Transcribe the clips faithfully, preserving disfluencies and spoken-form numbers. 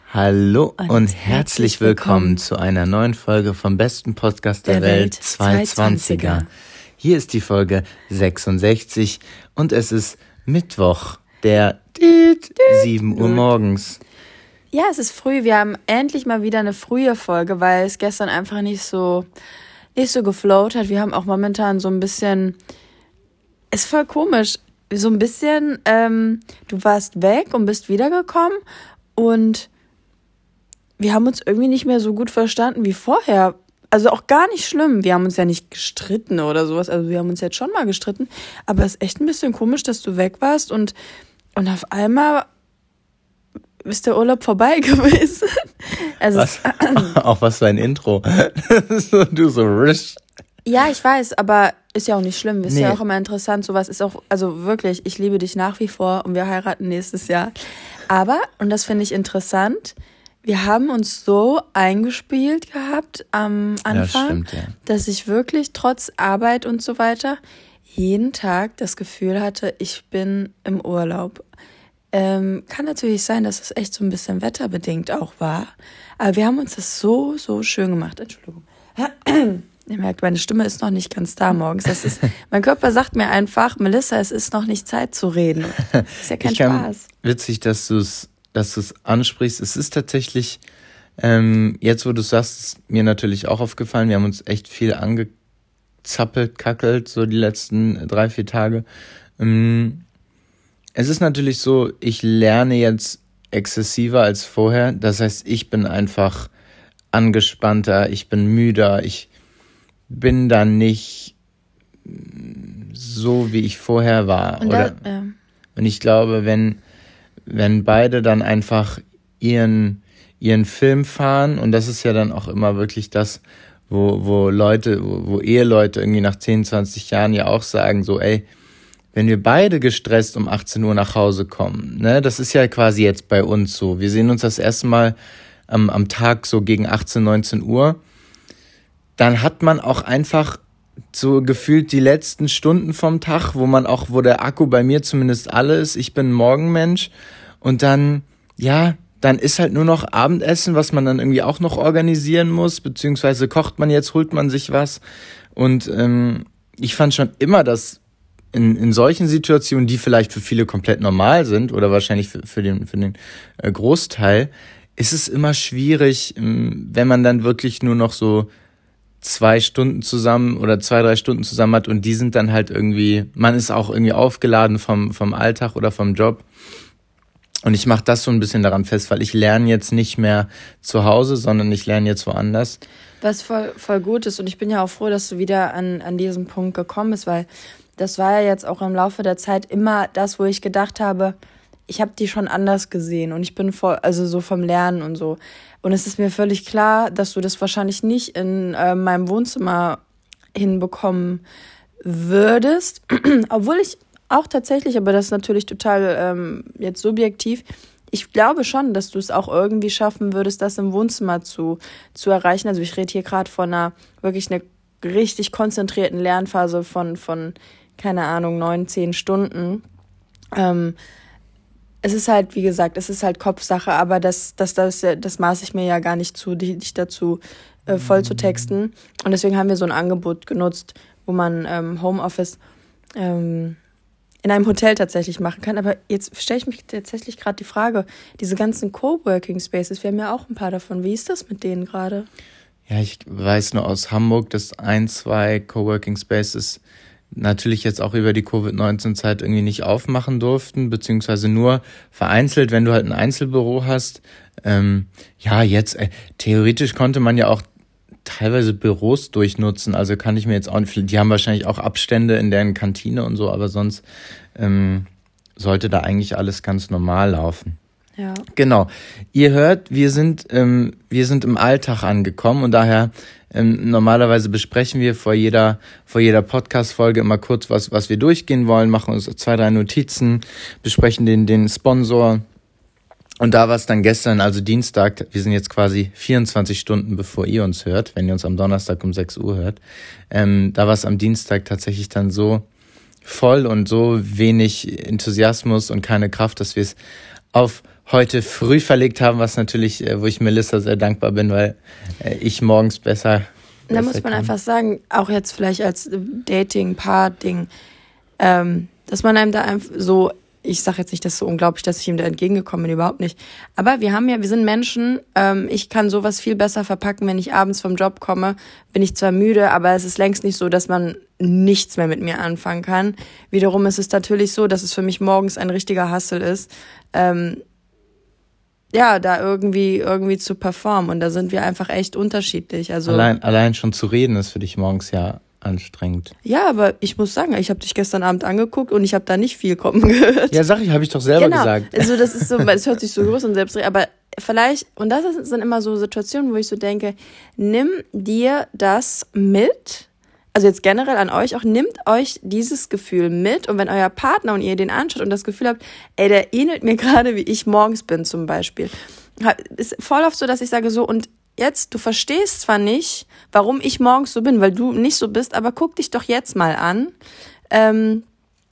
Hallo und, und herzlich willkommen, willkommen zu einer neuen Folge vom besten Podcast der, der Welt, Welt zweihundertzwanziger. Hier ist die Folge sechsundsechzig und es ist Mittwoch, der sieben Uhr morgens. Ja, es ist früh. Wir haben endlich mal wieder eine frühe Folge, weil es gestern einfach nicht so, nicht so geflowt hat. Wir haben auch momentan so ein bisschen, ist voll komisch, so ein bisschen, ähm, du warst weg und bist wiedergekommen und wir haben uns irgendwie nicht mehr so gut verstanden wie vorher. Also auch gar nicht schlimm. Wir haben uns ja nicht gestritten oder sowas. Also wir haben uns jetzt schon mal gestritten. Aber es ist echt ein bisschen komisch, dass du weg warst und, und auf einmal ist der Urlaub vorbei gewesen. Also was? Auch was für ein Intro. Du so risch. Ja, ich weiß, aber ist ja auch nicht schlimm. Ist nee. ja auch immer interessant. Sowas ist auch, also wirklich, ich liebe dich nach wie vor und wir heiraten nächstes Jahr. Aber, und das finde ich interessant, wir haben uns so eingespielt gehabt am Anfang, ja, stimmt, ja. dass ich wirklich trotz Arbeit und so weiter jeden Tag das Gefühl hatte, ich bin im Urlaub. Ähm, kann natürlich sein, dass es echt so ein bisschen wetterbedingt auch war, aber wir haben uns das so, so schön gemacht. Entschuldigung. Ihr merkt, meine Stimme ist noch nicht ganz da morgens. Das ist, mein Körper sagt mir einfach, Melissa, es ist noch nicht Zeit zu reden. Das ist ja kein ich kann, Spaß. Witzig, dass du es dass du es ansprichst. Es ist tatsächlich, ähm, jetzt wo du sagst, ist mir natürlich auch aufgefallen, wir haben uns echt viel angezappelt, kackelt, so die letzten drei, vier Tage. Ähm, es ist natürlich so, ich lerne jetzt exzessiver als vorher. Das heißt, ich bin einfach angespannter, ich bin müder, ich bin da nicht so, wie ich vorher war. Und, da, oder? Ja. Und ich glaube, wenn wenn beide dann einfach ihren ihren Film fahren, und das ist ja dann auch immer wirklich das, wo wo Leute, wo, wo Eheleute irgendwie nach zehn, zwanzig Jahren ja auch sagen, so ey, wenn wir beide gestresst um achtzehn Uhr nach Hause kommen, ne, das ist ja quasi jetzt bei uns so, wir sehen uns das erste Mal am, am Tag so gegen achtzehn, neunzehn Uhr, dann hat man auch einfach so gefühlt die letzten Stunden vom Tag, wo man auch, wo der Akku bei mir zumindest alle ist, ich bin ein Morgenmensch, und dann, ja, dann ist halt nur noch Abendessen, was man dann irgendwie auch noch organisieren muss, beziehungsweise kocht man jetzt, holt man sich was, und ähm, ich fand schon immer, dass in in solchen Situationen, die vielleicht für viele komplett normal sind, oder wahrscheinlich für, für den für den äh, Großteil, ist es immer schwierig, ähm, wenn man dann wirklich nur noch so zwei Stunden zusammen oder zwei, drei Stunden zusammen hat, und die sind dann halt irgendwie, man ist auch irgendwie aufgeladen vom vom Alltag oder vom Job. Und ich mache das so ein bisschen daran fest, weil ich lerne jetzt nicht mehr zu Hause, sondern ich lerne jetzt woanders. Was voll voll gut ist, und ich bin ja auch froh, dass du wieder an an diesen Punkt gekommen bist, weil das war ja jetzt auch im Laufe der Zeit immer das, wo ich gedacht habe, ich habe die schon anders gesehen und ich bin voll, also so vom Lernen und so. Und es ist mir völlig klar, dass du das wahrscheinlich nicht in äh, meinem Wohnzimmer hinbekommen würdest. Obwohl ich auch tatsächlich, aber das ist natürlich total ähm, jetzt subjektiv, ich glaube schon, dass du es auch irgendwie schaffen würdest, das im Wohnzimmer zu, zu erreichen. Also ich rede hier gerade von einer wirklich eine richtig konzentrierten Lernphase von, von keine Ahnung, neun, zehn Stunden. Ähm, Es ist halt, wie gesagt, es ist halt Kopfsache, aber das, das, das, das maße ich mir ja gar nicht zu, dich dazu äh, voll zu texten. Und deswegen haben wir so ein Angebot genutzt, wo man ähm, Homeoffice ähm, in einem Hotel tatsächlich machen kann. Aber jetzt stelle ich mich tatsächlich gerade die Frage, diese ganzen Coworking Spaces, wir haben ja auch ein paar davon. Wie ist das mit denen gerade? Ja, ich weiß nur aus Hamburg, dass ein, zwei Coworking Spaces natürlich jetzt auch über die Covid neunzehn Zeit irgendwie nicht aufmachen durften, beziehungsweise nur vereinzelt, wenn du halt ein Einzelbüro hast. Ähm, ja, jetzt, äh, theoretisch konnte man ja auch teilweise Büros durchnutzen, also kann ich mir jetzt auch nicht, die haben wahrscheinlich auch Abstände in deren Kantine und so, aber sonst ähm, sollte da eigentlich alles ganz normal laufen. Ja. Genau. Ihr hört, wir sind ähm, wir sind im Alltag angekommen, und daher ähm, normalerweise besprechen wir vor jeder vor jeder Podcast-Folge immer kurz, was was wir durchgehen wollen, machen uns zwei, drei Notizen, besprechen den den Sponsor. Und da war es dann gestern, also Dienstag, wir sind jetzt quasi vierundzwanzig Stunden, bevor ihr uns hört, wenn ihr uns am Donnerstag um sechs Uhr hört, ähm, da war es am Dienstag tatsächlich dann so voll und so wenig Enthusiasmus und keine Kraft, dass wir es auf heute früh verlegt haben, was natürlich, wo ich Melissa sehr dankbar bin, weil ich morgens besser... Da muss man kann. einfach sagen, auch jetzt vielleicht als Dating, Paar-Ding, ähm, dass man einem da einfach so, ich sage jetzt nicht, das ist so unglaublich, dass ich ihm da entgegengekommen bin, überhaupt nicht. Aber wir haben ja, wir sind Menschen, ähm, ich kann sowas viel besser verpacken, wenn ich abends vom Job komme, bin ich zwar müde, aber es ist längst nicht so, dass man nichts mehr mit mir anfangen kann. Wiederum ist es natürlich so, dass es für mich morgens ein richtiger Hustle ist, ähm, ja, da irgendwie irgendwie zu performen. Und da sind wir einfach echt unterschiedlich. Also allein, allein schon zu reden ist für dich morgens ja anstrengend. Ja, aber ich muss sagen, ich habe dich gestern Abend angeguckt und ich habe da nicht viel kommen gehört. Ja, sag ich, habe ich doch selber genau. gesagt. Also das ist so, es hört sich so groß und selbstredend, aber vielleicht, und das sind immer so Situationen, wo ich so denke, nimm dir das mit, also jetzt generell an euch auch, nimmt euch dieses Gefühl mit und wenn euer Partner und ihr den anschaut und das Gefühl habt, ey, der ähnelt mir gerade, wie ich morgens bin zum Beispiel, ist voll oft so, dass ich sage so, und jetzt, du verstehst zwar nicht, warum ich morgens so bin, weil du nicht so bist, aber guck dich doch jetzt mal an. Ähm,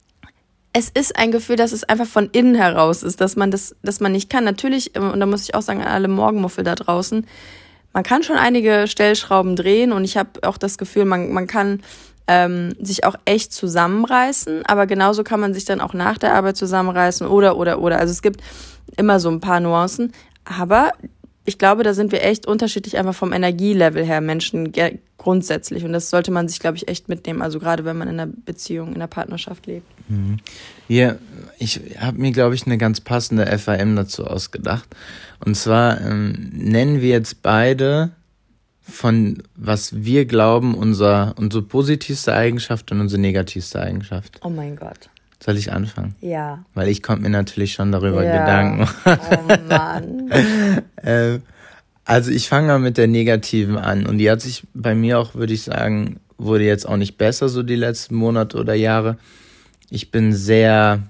es ist ein Gefühl, dass es einfach von innen heraus ist, dass man das, dass man nicht kann. Natürlich, und da muss ich auch sagen, an alle Morgenmuffel da draußen, man kann schon einige Stellschrauben drehen und ich habe auch das Gefühl, man, man kann ähm, sich auch echt zusammenreißen, aber genauso kann man sich dann auch nach der Arbeit zusammenreißen oder, oder, oder. Also es gibt immer so ein paar Nuancen, aber ich glaube, da sind wir echt unterschiedlich einfach vom Energielevel her, Menschen ge- grundsätzlich. Und das sollte man sich, glaube ich, echt mitnehmen. Also gerade, wenn man in einer Beziehung, in einer Partnerschaft lebt. Mhm. Ja, ich habe mir, glaube ich, eine ganz passende F A M dazu ausgedacht. Und zwar ähm, nennen wir jetzt beide von, was wir glauben, unser, unsere positivste Eigenschaft und unsere negativste Eigenschaft. Oh mein Gott. Soll ich anfangen? Ja. Weil ich konnte mir natürlich schon darüber ja. Gedanken machen. Oh Mann. äh, also ich fange mal mit der negativen an. Und die hat sich bei mir auch, würde ich sagen, wurde jetzt auch nicht besser so die letzten Monate oder Jahre. Ich bin sehr,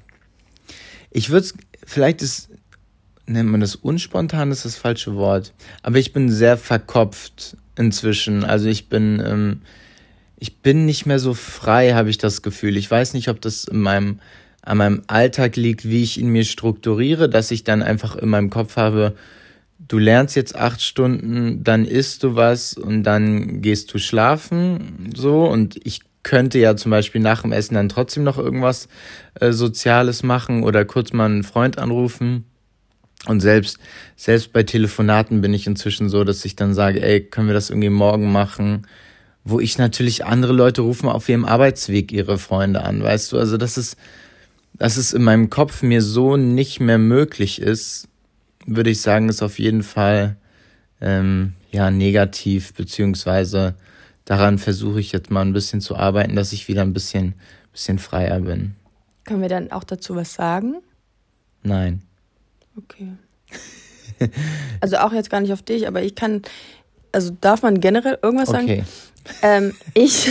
ich würde es, vielleicht ist, nennt man das unspontan, ist das falsche Wort. Aber ich bin sehr verkopft inzwischen. Also ich bin... Ähm, Ich bin nicht mehr so frei, habe ich das Gefühl. Ich weiß nicht, ob das in meinem, an meinem Alltag liegt, wie ich ihn mir strukturiere, dass ich dann einfach in meinem Kopf habe, du lernst jetzt acht Stunden, dann isst du was und dann gehst du schlafen, so. Und ich könnte ja zum Beispiel nach dem Essen dann trotzdem noch irgendwas äh, Soziales machen oder kurz mal einen Freund anrufen. Und selbst, selbst bei Telefonaten bin ich inzwischen so, dass ich dann sage, ey, können wir das irgendwie morgen machen? Wo ich natürlich, andere Leute rufen auf ihrem Arbeitsweg ihre Freunde an, weißt du, also das ist, dass es in meinem Kopf mir so nicht mehr möglich ist, würde ich sagen, ist auf jeden Fall, ähm, ja, negativ, beziehungsweise daran versuche ich jetzt mal ein bisschen zu arbeiten, dass ich wieder ein bisschen, bisschen freier bin. Können wir dann auch dazu was sagen? Nein. Okay. Also auch jetzt gar nicht auf dich, aber ich kann, also darf man generell irgendwas sagen? Okay. Ähm, ich.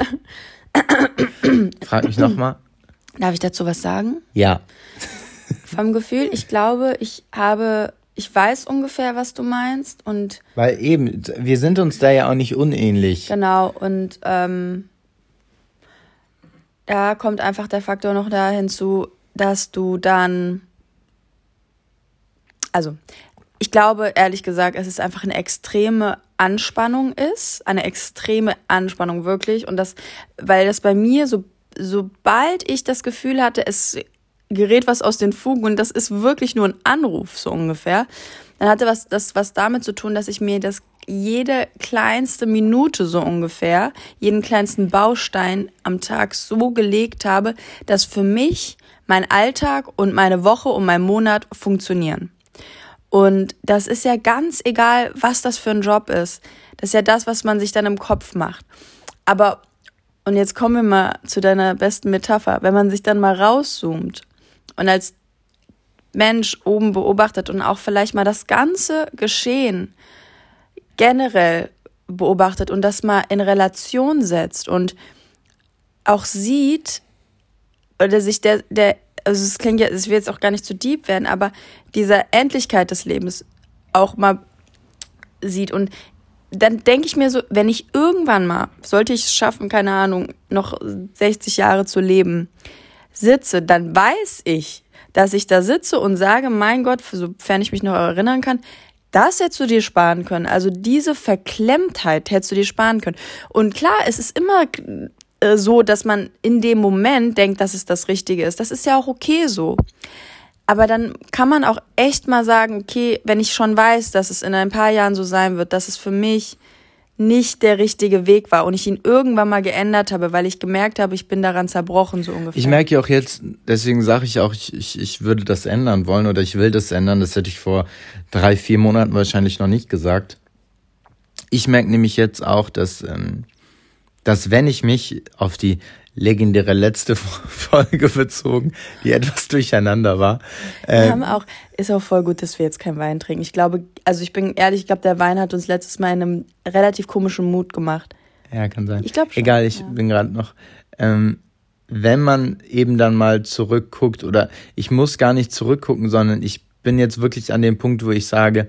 Frag mich nochmal. Darf ich dazu was sagen? Ja. Vom Gefühl, ich glaube, ich habe, ich weiß ungefähr, was du meinst und. Weil eben, wir sind uns da ja auch nicht unähnlich. Genau, und ähm, da kommt einfach der Faktor noch da hinzu, dass du dann, also, ich glaube, ehrlich gesagt, es ist einfach eine extreme Anspannung ist, eine extreme Anspannung wirklich und das, weil das bei mir, so sobald ich das Gefühl hatte, es gerät was aus den Fugen und das ist wirklich nur ein Anruf, so ungefähr, dann hatte was, das was damit zu tun, dass ich mir das jede kleinste Minute so ungefähr, jeden kleinsten Baustein am Tag so gelegt habe, dass für mich mein Alltag und meine Woche und mein Monat funktionieren. Und das ist ja ganz egal, was das für ein Job ist. Das ist ja das, was man sich dann im Kopf macht. Aber, und jetzt kommen wir mal zu deiner besten Metapher, wenn man sich dann mal rauszoomt und als Mensch oben beobachtet und auch vielleicht mal das ganze Geschehen generell beobachtet und das mal in Relation setzt und auch sieht, oder sich der, der also es klingt ja, es will jetzt auch gar nicht zu deep werden, aber diese Endlichkeit des Lebens auch mal sieht. Und dann denke ich mir so, wenn ich irgendwann mal, sollte ich es schaffen, keine Ahnung, noch sechzig Jahre zu leben, sitze, dann weiß ich, dass ich da sitze und sage, mein Gott, sofern ich mich noch erinnern kann, das hättest du dir sparen können. Also diese Verklemmtheit hättest du dir sparen können. Und klar, es ist immer äh, so, dass man in dem Moment denkt, dass es das Richtige ist. Das ist ja auch okay so. Aber dann kann man auch echt mal sagen, okay, wenn ich schon weiß, dass es in ein paar Jahren so sein wird, dass es für mich nicht der richtige Weg war und ich ihn irgendwann mal geändert habe, weil ich gemerkt habe, ich bin daran zerbrochen, so ungefähr. Ich merke ja auch jetzt, deswegen sage ich auch, ich, ich, ich würde das ändern wollen oder ich will das ändern. Das hätte ich vor drei, vier Monaten wahrscheinlich noch nicht gesagt. Ich merke nämlich jetzt auch, dass, ähm, dass wenn ich mich auf die legendäre letzte Folge bezogen, die etwas durcheinander war. Wir ähm, haben auch, ist auch voll gut, dass wir jetzt keinen Wein trinken. Ich glaube, also ich bin ehrlich, ich glaube, der Wein hat uns letztes Mal in einem relativ komischen Mut gemacht. Ja, kann sein. Ich glaube schon. Egal, ich ja. bin gerade noch, ähm, wenn man eben dann mal zurückguckt oder ich muss gar nicht zurückgucken, sondern ich bin jetzt wirklich an dem Punkt, wo ich sage,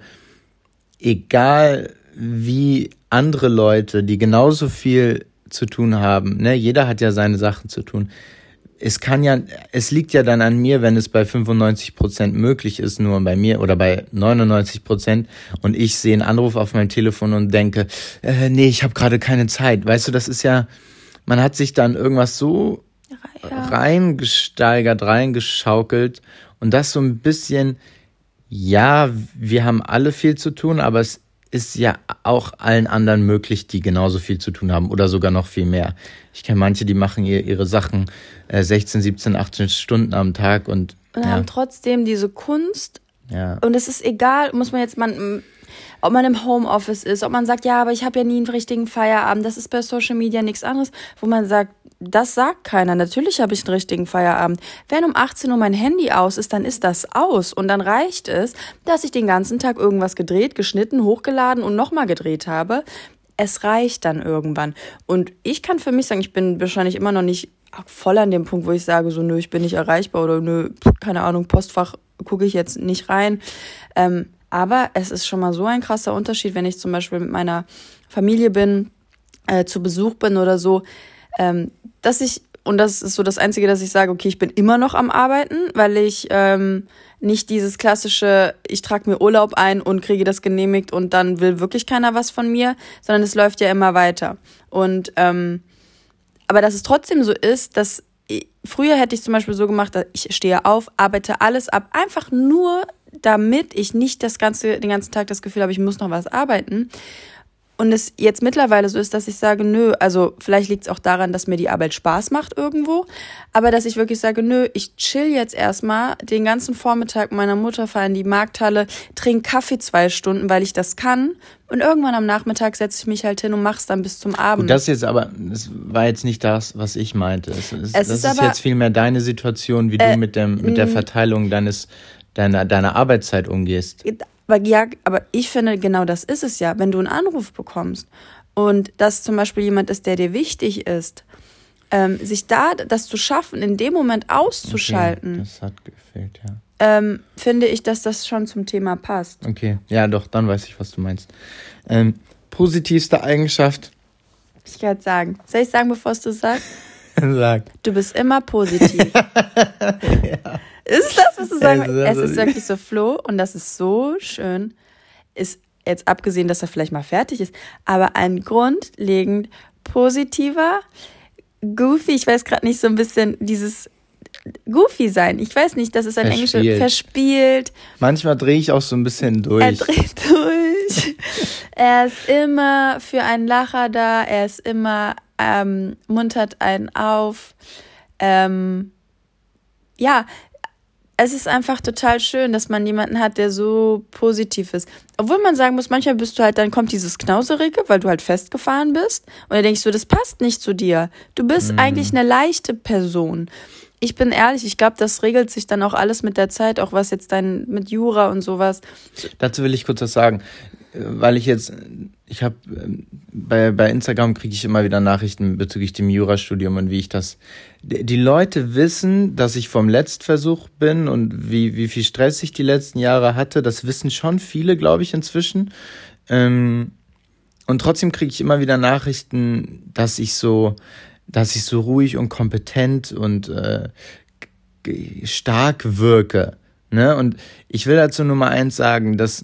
egal wie andere Leute, die genauso viel zu tun haben, ne, jeder hat ja seine Sachen zu tun. Es kann ja, es liegt ja dann an mir, wenn es bei fünfundneunzig Prozent möglich ist, nur bei mir oder bei neunundneunzig Prozent und ich sehe einen Anruf auf meinem Telefon und denke, äh, nee, ich habe gerade keine Zeit. Weißt du, das ist ja, man hat sich dann irgendwas so ja. reingesteigert, reingeschaukelt und das so ein bisschen, ja, wir haben alle viel zu tun, aber es ist ja auch allen anderen möglich, die genauso viel zu tun haben oder sogar noch viel mehr. Ich kenne manche, die machen ihr, ihre Sachen äh, sechzehn, siebzehn, achtzehn Stunden am Tag und, und ja. haben trotzdem diese Kunst. Ja. Und es ist egal, muss man jetzt mal, ob man im Homeoffice ist, ob man sagt, ja, aber ich habe ja nie einen richtigen Feierabend. Das ist bei Social Media nichts anderes, wo man sagt, das sagt keiner. Natürlich habe ich einen richtigen Feierabend. Wenn um achtzehn Uhr mein Handy aus ist, dann ist das aus. Und dann reicht es, dass ich den ganzen Tag irgendwas gedreht, geschnitten, hochgeladen und nochmal gedreht habe. Es reicht dann irgendwann. Und ich kann für mich sagen, ich bin wahrscheinlich immer noch nicht voll an dem Punkt, wo ich sage, so, nö, ich bin nicht erreichbar oder nö, keine Ahnung, Postfach gucke ich jetzt nicht rein. Ähm, aber es ist schon mal so ein krasser Unterschied, wenn ich zum Beispiel mit meiner Familie bin, äh, zu Besuch bin oder so, ähm, dass ich, und das ist so das Einzige, dass ich sage, okay, ich bin immer noch am Arbeiten, weil ich ähm, nicht dieses klassische, ich trage mir Urlaub ein und kriege das genehmigt und dann will wirklich keiner was von mir, sondern es läuft ja immer weiter. Und ähm, aber dass es trotzdem so ist, dass ich, früher hätte ich zum Beispiel so gemacht, dass ich stehe auf, arbeite alles ab, einfach nur, damit ich nicht das ganze, den ganzen Tag das Gefühl habe, ich muss noch was arbeiten. Und es jetzt mittlerweile so ist, dass ich sage, nö, also vielleicht liegt es auch daran, dass mir die Arbeit Spaß macht irgendwo, aber dass ich wirklich sage, nö, ich chill jetzt erstmal den ganzen Vormittag meiner Mutter, fahre in die Markthalle, trinke Kaffee zwei Stunden, weil ich das kann und irgendwann am Nachmittag setze ich mich halt hin und mach's dann bis zum Abend. Und das jetzt aber, das war jetzt nicht das, was ich meinte. Es, es, es das ist, ist aber, jetzt vielmehr deine Situation, wie äh, du mit dem mit der Verteilung deines deiner deiner Arbeitszeit umgehst. Aber ja, aber ich finde, genau das ist es ja, wenn du einen Anruf bekommst und das zum Beispiel jemand ist, der dir wichtig ist, ähm, sich da das zu schaffen, in dem Moment auszuschalten. Okay, das hat gefehlt, ja. Ähm, finde ich, dass das schon zum Thema passt. Okay, ja doch, dann weiß ich, was du meinst. Ähm, positivste Eigenschaft? Ich kann sagen. Soll ich sagen, bevor du sagst? Sag. Du bist immer positiv. Ja. Ist das, was du sagen willst? Es ist wirklich so, Flo, und das ist so schön, ist jetzt abgesehen, dass er vielleicht mal fertig ist, aber ein grundlegend positiver, goofy, ich weiß gerade nicht, so ein bisschen dieses goofy sein. Ich weiß nicht, das ist ein englisches verspielt. Manchmal drehe ich auch so ein bisschen durch. Er dreht durch. Er ist immer für einen Lacher da, er ist immer, ähm, muntert einen auf. Ähm, ja, es ist einfach total schön, dass man jemanden hat, der so positiv ist. Obwohl man sagen muss, manchmal bist du halt, dann kommt dieses Knauserige, weil du halt festgefahren bist. Und dann denkst du, das passt nicht zu dir. Du bist mm. eigentlich eine leichte Person. Ich bin ehrlich, ich glaube, das regelt sich dann auch alles mit der Zeit, auch was jetzt dein mit Jura und sowas. Dazu will ich kurz was sagen, weil ich jetzt, ich habe bei bei Instagram kriege ich immer wieder Nachrichten bezüglich dem Jurastudium und wie ich das. Die Leute wissen, dass ich vom Letztversuch bin und wie wie viel Stress ich die letzten Jahre hatte. Das wissen schon viele, glaube ich, inzwischen. Und trotzdem kriege ich immer wieder Nachrichten, dass ich so dass ich so ruhig und kompetent und äh, stark wirke. Ne? Und ich will dazu Nummer eins sagen, dass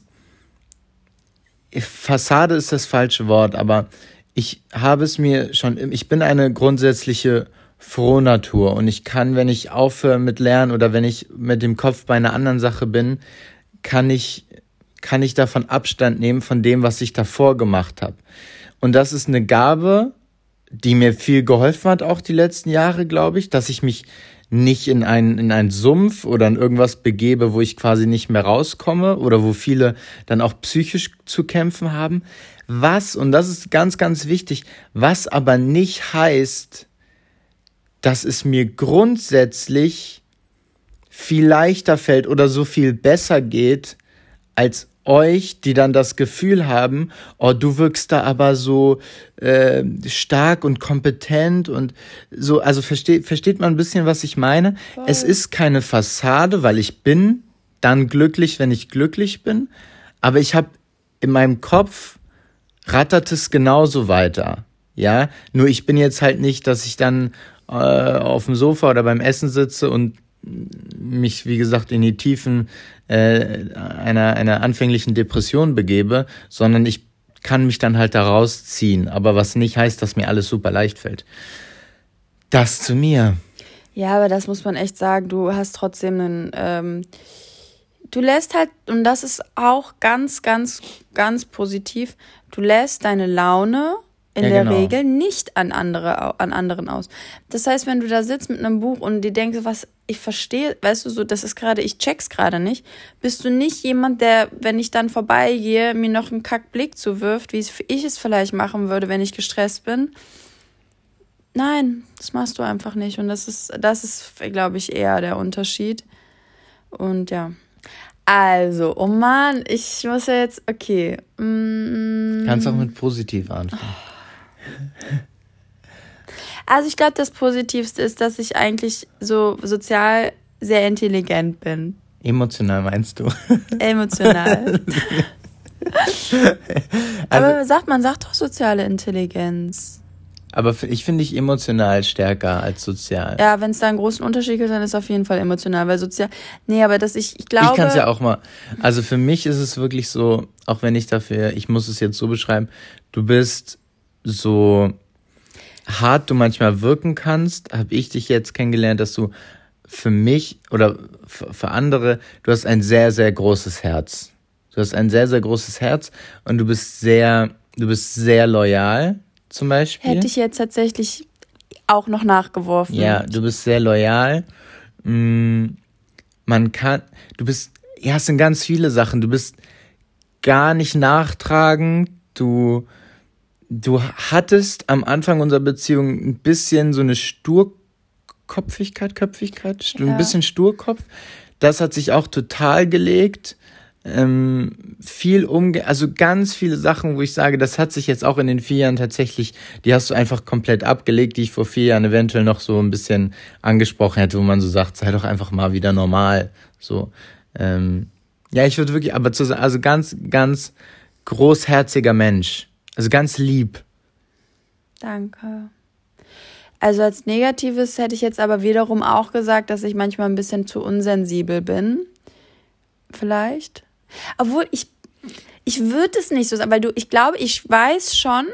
Fassade ist das falsche Wort, aber ich habe es mir schon, ich bin eine grundsätzliche Frohnatur und ich kann, wenn ich aufhöre mit Lernen oder wenn ich mit dem Kopf bei einer anderen Sache bin, kann ich, kann ich davon Abstand nehmen von dem, was ich davor gemacht habe. Und das ist eine Gabe, die mir viel geholfen hat, auch die letzten Jahre, glaube ich, dass ich mich nicht in einen, in einen Sumpf oder in irgendwas begebe, wo ich quasi nicht mehr rauskomme oder wo viele dann auch psychisch zu kämpfen haben. Was, und das ist ganz, ganz wichtig, was aber nicht heißt, dass es mir grundsätzlich viel leichter fällt oder so viel besser geht als euch, die dann das Gefühl haben, oh, du wirkst da aber so äh, stark und kompetent und so, also versteht versteht man ein bisschen, was ich meine? Voll. Es ist keine Fassade, weil ich bin dann glücklich, wenn ich glücklich bin, aber ich habe in meinem Kopf rattert es genauso weiter, ja? Nur ich bin jetzt halt nicht, dass ich dann äh, auf dem Sofa oder beim Essen sitze und mich, wie gesagt, in die Tiefen äh, einer, einer anfänglichen Depression begebe, sondern ich kann mich dann halt da rausziehen. Aber was nicht heißt, dass mir alles super leicht fällt. Das zu mir. Ja, aber das muss man echt sagen. Du hast trotzdem einen... Ähm, du lässt halt, und das ist auch ganz, ganz, ganz positiv, du lässt deine Laune... in ja, der genau. Regel nicht an andere an anderen aus. Das heißt, wenn du da sitzt mit einem Buch und dir denkst, was ich verstehe, weißt du, so, das ist gerade, ich check's gerade nicht, bist du nicht jemand, der, wenn ich dann vorbeigehe, mir noch einen Kackblick zuwirft, wie ich es vielleicht machen würde, wenn ich gestresst bin. Nein, das machst du einfach nicht. Und das ist, das ist, glaube ich, eher der Unterschied. Und ja. Also, oh Mann, ich muss ja jetzt, okay. Mm, Kannst auch mit positiv anfangen. Also ich glaube, das Positivste ist, dass ich eigentlich so sozial sehr intelligent bin. Emotional meinst du? Emotional. Also, aber sagt man sagt doch soziale Intelligenz. Aber ich finde ich emotional stärker als sozial. Ja, wenn es da einen großen Unterschied gibt, dann ist es auf jeden Fall emotional, weil sozial... Nee, aber dass ich, ich glaube... Ich kann es ja auch mal... Also für mich ist es wirklich so, auch wenn ich dafür... Ich muss es jetzt so beschreiben, du bist... so hart du manchmal wirken kannst, habe ich dich jetzt kennengelernt, dass du für mich oder für andere, du hast ein sehr, sehr großes Herz. Du hast ein sehr, sehr großes Herz und du bist sehr, du bist sehr loyal, zum Beispiel. Hätte ich jetzt tatsächlich auch noch nachgeworfen. Ja, du bist sehr loyal. Man kann, du bist, ja, es sind ganz viele Sachen. Du bist gar nicht nachtragend, du Du hattest am Anfang unserer Beziehung ein bisschen so eine Sturkopfigkeit, Köpfigkeit, ja. ein bisschen Sturkopf. Das hat sich auch total gelegt. Ähm, viel umge, also ganz viele Sachen, wo ich sage, das hat sich jetzt auch in den vier Jahren tatsächlich, die hast du einfach komplett abgelegt, die ich vor vier Jahren eventuell noch so ein bisschen angesprochen hätte, wo man so sagt, sei doch einfach mal wieder normal. So, ähm, ja, ich würde wirklich, aber zu sagen, also ganz, ganz großherziger Mensch. Also ganz lieb. Danke. Also als Negatives hätte ich jetzt aber wiederum auch gesagt, dass ich manchmal ein bisschen zu unsensibel bin. Vielleicht. Obwohl, ich, ich würde es nicht so sagen, weil du, ich glaube, ich weiß schon,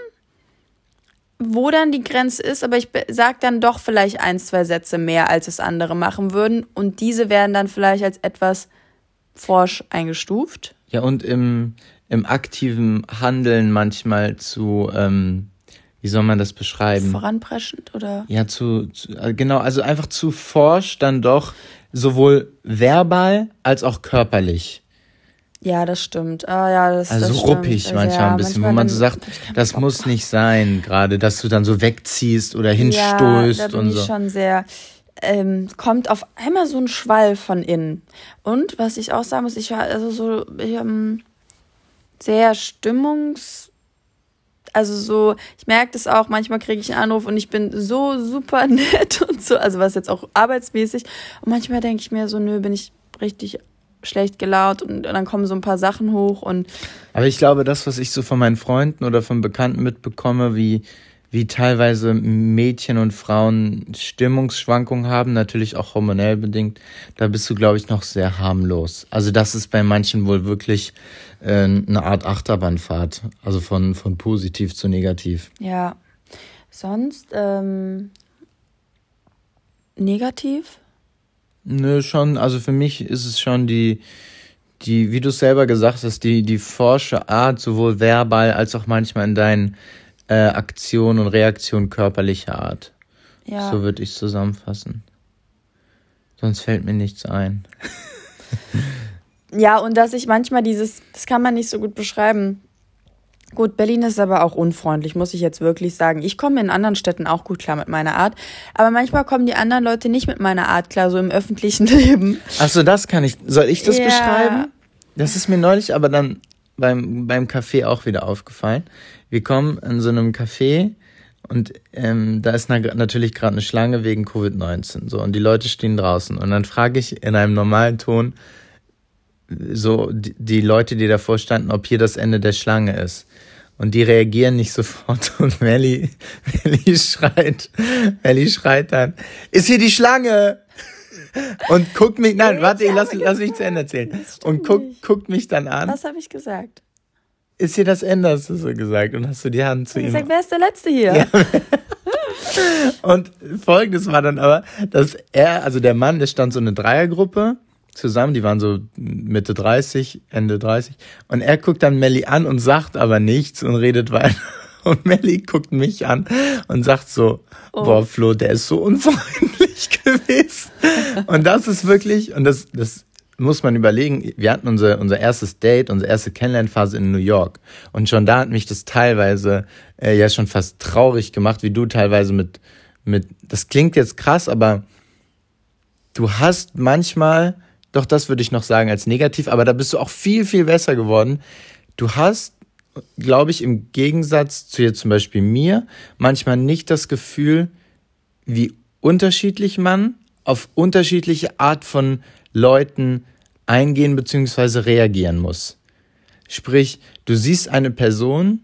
wo dann die Grenze ist, aber ich sage dann doch vielleicht ein, zwei Sätze mehr, als es andere machen würden. Und diese werden dann vielleicht als etwas forsch eingestuft. Ja, und im... im aktiven Handeln manchmal zu, ähm, wie soll man das beschreiben? Voranpreschend, oder? Ja, zu, zu, genau, also einfach zu forsch dann doch, sowohl verbal als auch körperlich. Ja, das stimmt. Ah, ja, das, also das ruppig stimmt. manchmal ja, ein bisschen, manchmal wo man so sagt, das Bock. Muss nicht sein, gerade, dass du dann so wegziehst oder hinstößt ja, da bin und ich so. Schon sehr... Ähm, kommt auf einmal so ein Schwall von innen. Und was ich auch sagen muss, ich war also so... Ich, ähm, sehr stimmungs... Also so, ich merke das auch, manchmal kriege ich einen Anruf und ich bin so super nett und so, also was jetzt auch arbeitsmäßig. Und manchmal denke ich mir so, nö, bin ich richtig schlecht gelaunt und dann kommen so ein paar Sachen hoch und... Aber ich glaube, das, was ich so von meinen Freunden oder von Bekannten mitbekomme, wie, wie teilweise Mädchen und Frauen Stimmungsschwankungen haben, natürlich auch hormonell bedingt, da bist du, glaube ich, noch sehr harmlos. Also das ist bei manchen wohl wirklich äh, eine Art Achterbahnfahrt, also von, von positiv zu negativ. Ja, sonst ähm, negativ? Nö, schon, also für mich ist es schon die, die, wie du es selber gesagt hast, die, die forsche Art, sowohl verbal als auch manchmal in deinen Äh, Aktion und Reaktion körperlicher Art. Ja. So würde ich es zusammenfassen. Sonst fällt mir nichts ein. Ja, und dass ich manchmal dieses, das kann man nicht so gut beschreiben. Gut, Berlin ist aber auch unfreundlich, muss ich jetzt wirklich sagen. Ich komme in anderen Städten auch gut klar mit meiner Art, aber manchmal kommen die anderen Leute nicht mit meiner Art klar, so im öffentlichen Leben. Ach so, das kann ich, soll ich das ja. beschreiben? Das ist mir neulich aber dann beim, beim Café auch wieder aufgefallen. Wir kommen in so einem Café und ähm, da ist na, natürlich gerade eine Schlange wegen Covid neunzehn. So, und die Leute stehen draußen. Und dann frage ich in einem normalen Ton so die, die Leute, die davor standen, ob hier das Ende der Schlange ist. Und die reagieren nicht sofort. Und Melli, Melli schreit, Melli schreit dann, ist hier die Schlange? Und guckt mich, nein, warte, ich lass, lass mich zu Ende erzählen. Und guckt, guckt mich dann an. Was habe ich gesagt? Ist hier das Ende, hast du so gesagt. Und hast du die Hand zu ich ihm... Ich sag, wer ist der Letzte hier? Ja. Und Folgendes war dann aber, dass er, also der Mann, der stand so eine Dreiergruppe zusammen, die waren so Mitte dreißig, Ende dreißig. Und er guckt dann Melli an und sagt aber nichts und redet weiter. Und Melli guckt mich an und sagt so, oh. boah, Flo, der ist so unfreundlich gewesen. Und das ist wirklich, und das, das muss man überlegen, wir hatten unser, unser erstes Date, unsere erste Kennenlernphase in New York. Und schon da hat mich das teilweise äh, ja schon fast traurig gemacht, wie du teilweise mit, mit, das klingt jetzt krass, aber du hast manchmal, doch das würde ich noch sagen als negativ, aber da bist du auch viel, viel besser geworden. Du hast, glaube ich, im Gegensatz zu jetzt zum Beispiel mir, manchmal nicht das Gefühl, wie unterschiedlich man auf unterschiedliche Art von Leuten eingehen bzw. reagieren muss. Sprich, du siehst eine Person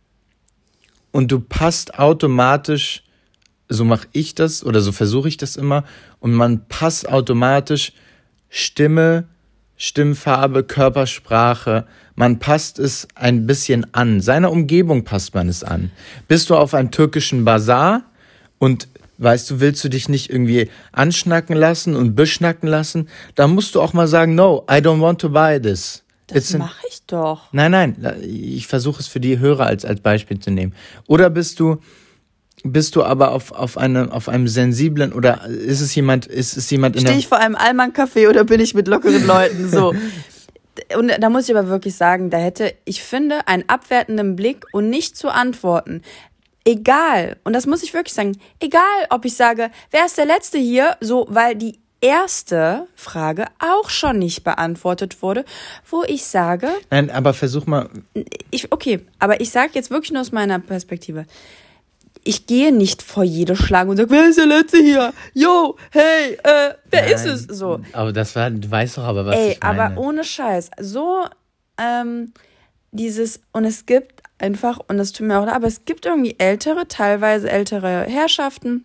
und du passt automatisch, so mache ich das oder so versuche ich das immer, und man passt automatisch Stimme, Stimmfarbe, Körpersprache, man passt es ein bisschen an. Seiner Umgebung passt man es an. Bist du auf einem türkischen Bazar und weißt du, willst du dich nicht irgendwie anschnacken lassen und beschnacken lassen? Da musst du auch mal sagen, no, I don't want to buy this. Das mache ich doch. Nein, nein, ich versuche es für die Hörer als, als Beispiel zu nehmen. Oder bist du, bist du aber auf, auf, eine, auf einem sensiblen, oder ist es jemand, ist es jemand in der... Stehe ich vor einem Allmann-Café oder bin ich mit lockeren Leuten so? Und da muss ich aber wirklich sagen, da hätte, ich finde, einen abwertenden Blick und nicht zu antworten. Egal, und das muss ich wirklich sagen, egal, ob ich sage, wer ist der Letzte hier, so, weil die erste Frage auch schon nicht beantwortet wurde, wo ich sage... Nein, aber versuch mal... Ich, okay, aber ich sage jetzt wirklich nur aus meiner Perspektive, ich gehe nicht vor jede Schlange und sage, wer ist der Letzte hier? Yo, hey, äh, wer Nein, ist es? So. Aber das war, du weißt doch aber, was Ey, ich meine. aber ohne Scheiß, so, ähm, dieses, und es gibt einfach, und das tut mir auch leid, aber es gibt irgendwie ältere, teilweise ältere Herrschaften,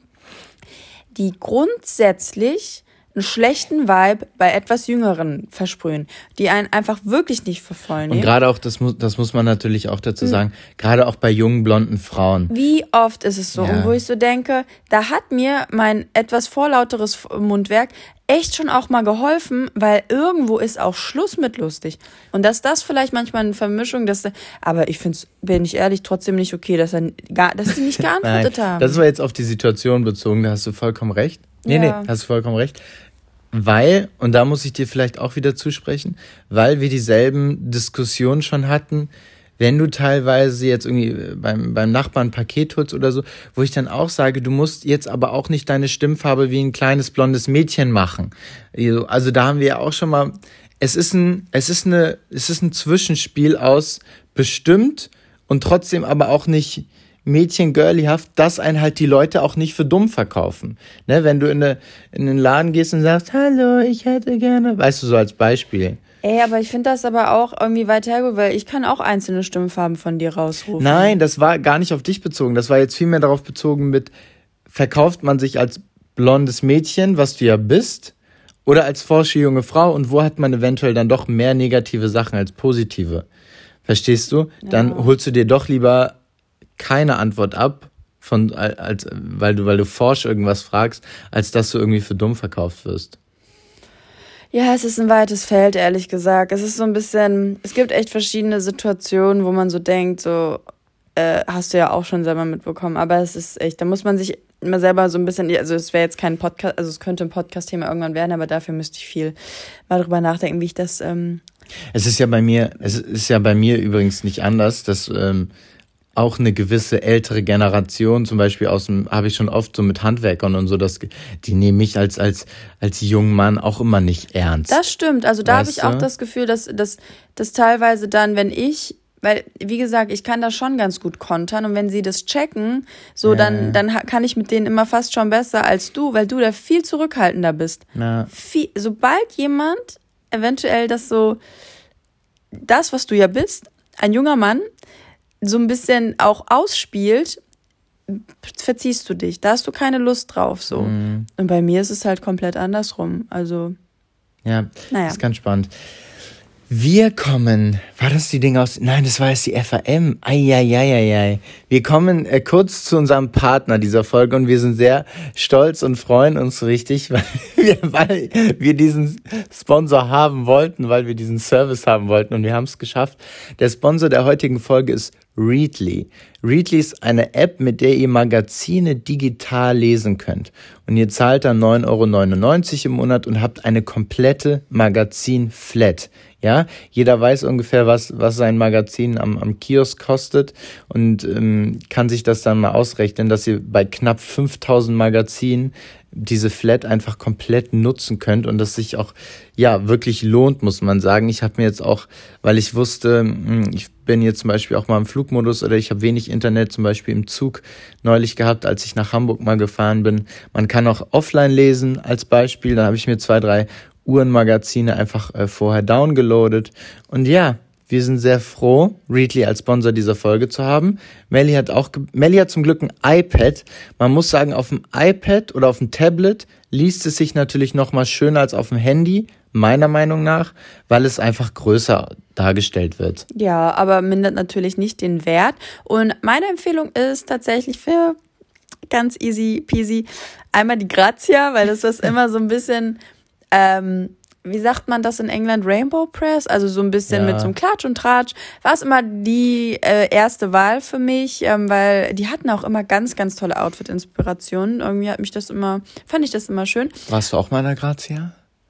die grundsätzlich einen schlechten Vibe bei etwas Jüngeren versprühen, die einen einfach wirklich nicht für voll nehmen. Und gerade auch, das muss, das muss man natürlich auch dazu sagen, mhm. gerade auch bei jungen, blonden Frauen. Wie oft ist es so? Ja. Und wo ich so denke, da hat mir mein etwas vorlauteres Mundwerk echt schon auch mal geholfen, weil irgendwo ist auch Schluss mit lustig. Und dass das vielleicht manchmal eine Vermischung, dass, aber ich finde es, bin ich ehrlich, trotzdem nicht okay, dass, er gar, dass sie nicht geantwortet Nein, haben. Das war jetzt auf die Situation bezogen, da hast du vollkommen recht. Nee, ja. nee, hast du vollkommen recht. Weil, und da muss ich dir vielleicht auch wieder zusprechen, weil wir dieselben Diskussionen schon hatten, wenn du teilweise jetzt irgendwie beim, beim Nachbarn ein Paket holst oder so, wo ich dann auch sage, du musst jetzt aber auch nicht deine Stimmfarbe wie ein kleines blondes Mädchen machen. Also da haben wir ja auch schon mal, es ist ein, es ist eine, es ist ein Zwischenspiel aus bestimmt und trotzdem aber auch nicht Mädchen-girlyhaft, dass einen halt die Leute auch nicht für dumm verkaufen. Ne, wenn du in, eine, in den Laden gehst und sagst, hallo, ich hätte gerne, weißt du, so als Beispiel. Ey, aber ich finde das aber auch irgendwie weit hergeholt, weil ich kann auch einzelne Stimmfarben von dir rausrufen. Nein, das war gar nicht auf dich bezogen. Das war jetzt vielmehr darauf bezogen mit, verkauft man sich als blondes Mädchen, was du ja bist, oder als forsche junge Frau und wo hat man eventuell dann doch mehr negative Sachen als positive? Verstehst du? Ja. Dann holst du dir doch lieber keine Antwort ab, von, als, weil du, weil du forsch irgendwas fragst, als dass du irgendwie für dumm verkauft wirst. Ja, es ist ein weites Feld, ehrlich gesagt. Es ist so ein bisschen, es gibt echt verschiedene Situationen, wo man so denkt, so, äh, hast du ja auch schon selber mitbekommen, aber es ist echt, da muss man sich immer selber so ein bisschen, also es wäre jetzt kein Podcast, also es könnte ein Podcast-Thema irgendwann werden, aber dafür müsste ich viel mal drüber nachdenken, wie ich das... Ähm es ist ja bei mir, es ist ja bei mir übrigens nicht anders, dass ähm, auch eine gewisse ältere Generation, zum Beispiel aus dem, habe ich schon oft so mit Handwerkern und so, dass die nehmen mich als als als jungen Mann auch immer nicht ernst. Das stimmt, also da habe ich auch das Gefühl, dass dass dass teilweise dann, wenn ich, weil wie gesagt, ich kann das schon ganz gut kontern und wenn sie das checken, so ja. dann dann kann ich mit denen immer fast schon besser als du, weil du da viel zurückhaltender bist. Ja. Viel, sobald jemand eventuell das so, das was du ja bist, ein junger Mann so ein bisschen auch ausspielt, verziehst du dich. Da hast du keine Lust drauf, so. Mm. Und bei mir ist es halt komplett andersrum, also. Ja, naja. Das ist ganz spannend. Wir kommen, war das die Dinge aus, nein, das war jetzt die F A M, eieieiei. Wir kommen äh, kurz zu unserem Partner dieser Folge und wir sind sehr stolz und freuen uns richtig, weil wir, weil wir diesen Sponsor haben wollten, weil wir diesen Service haben wollten und wir haben es geschafft. Der Sponsor der heutigen Folge ist Readly. Readly ist eine App, mit der ihr Magazine digital lesen könnt. Und ihr zahlt dann neun Euro neunundneunzig im Monat und habt eine komplette Magazin-Flat. Ja, jeder weiß ungefähr, was was sein Magazin am am Kiosk kostet und ähm, kann sich das dann mal ausrechnen, dass ihr bei knapp fünftausend Magazinen diese Flat einfach komplett nutzen könnt und das sich auch ja wirklich lohnt, muss man sagen. Ich habe mir jetzt auch, weil ich wusste, ich bin jetzt zum Beispiel auch mal im Flugmodus oder ich habe wenig Internet, zum Beispiel im Zug neulich gehabt, als ich nach Hamburg mal gefahren bin. Man kann auch offline lesen als Beispiel, da habe ich mir zwei, drei Uhrenmagazine einfach äh, vorher downgeloadet. Und ja, wir sind sehr froh, Readly als Sponsor dieser Folge zu haben. Melli hat auch, Melli hat zum Glück ein iPad. Man muss sagen, auf dem iPad oder auf dem Tablet liest es sich natürlich noch mal schöner als auf dem Handy, meiner Meinung nach, weil es einfach größer dargestellt wird. Ja, aber mindert natürlich nicht den Wert. Und meine Empfehlung ist tatsächlich für ganz easy peasy einmal die Grazia, weil das ist immer so ein bisschen... Ähm, wie sagt man das in England? Rainbow Press? Also so ein bisschen ja. mit so einem Klatsch und Tratsch. War es immer die äh, erste Wahl für mich, ähm, weil die hatten auch immer ganz, ganz tolle Outfit-Inspirationen. Irgendwie hat mich das immer, fand ich das immer schön. Warst du auch mal in der Grazia?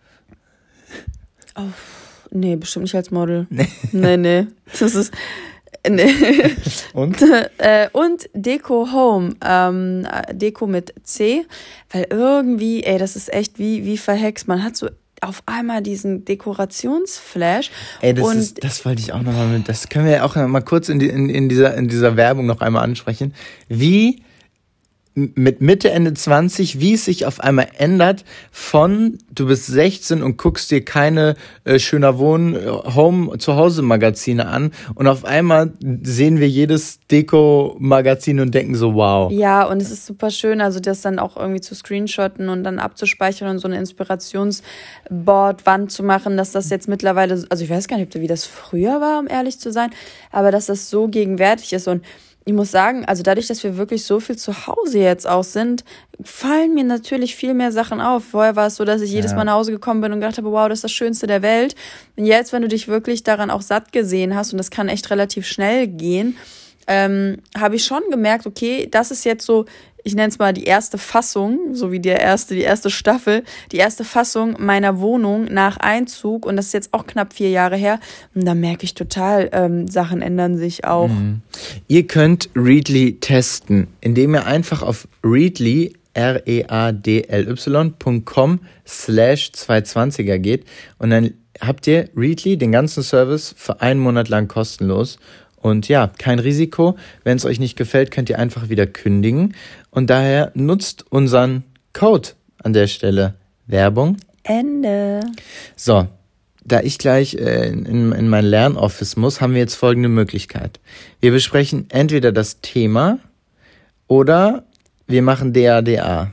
Oh, nee, bestimmt nicht als Model. Nee, nee. nee. Das ist... Nee. Und? äh, und Deko Home, ähm, Deko mit C, weil irgendwie, ey, das ist echt wie, wie verhext. Man hat so auf einmal diesen Dekorationsflash. Ey, das und ist, das wollte ich auch nochmal mit, das können wir ja auch noch mal kurz in, die, in, in dieser, in dieser Werbung noch einmal ansprechen. Wie mit Mitte, Ende zwanzig, wie es sich auf einmal ändert von, du bist sechzehn und guckst dir keine äh, schöner Wohn-, Home-, Zuhause-Magazine an und auf einmal sehen wir jedes Deko-Magazin und denken so, wow. Ja, und es ist super schön, also das dann auch irgendwie zu screenshotten und dann abzuspeichern und so eine Inspirationsboard-Wand zu machen, dass das jetzt mittlerweile, also ich weiß gar nicht, wie das früher war, um ehrlich zu sein, aber dass das so gegenwärtig ist und ich muss sagen, also dadurch, dass wir wirklich so viel zu Hause jetzt auch sind, fallen mir natürlich viel mehr Sachen auf. Vorher war es so, dass ich ja. jedes Mal nach Hause gekommen bin und gedacht habe, wow, das ist das Schönste der Welt. Und jetzt, wenn du dich wirklich daran auch satt gesehen hast, und das kann echt relativ schnell gehen, ähm, habe ich schon gemerkt, okay, das ist jetzt so, ich nenne es mal die erste Fassung, so wie die erste, die erste Staffel, die erste Fassung meiner Wohnung nach Einzug und das ist jetzt auch knapp vier Jahre her und da merke ich total, ähm, Sachen ändern sich auch. Mhm. Ihr könnt Readly testen, indem ihr einfach auf Readly, R E A D L Y Punkt com slash zweihundertzwanziger geht und dann habt ihr Readly, den ganzen Service, für einen Monat lang kostenlos. Und ja, kein Risiko. Wenn es euch nicht gefällt, könnt ihr einfach wieder kündigen. Und daher nutzt unseren Code an der Stelle. Werbung. Ende. So, da ich gleich äh, in, in mein Lernoffice muss, haben wir jetzt folgende Möglichkeit. Wir besprechen entweder das Thema oder wir machen D A D A.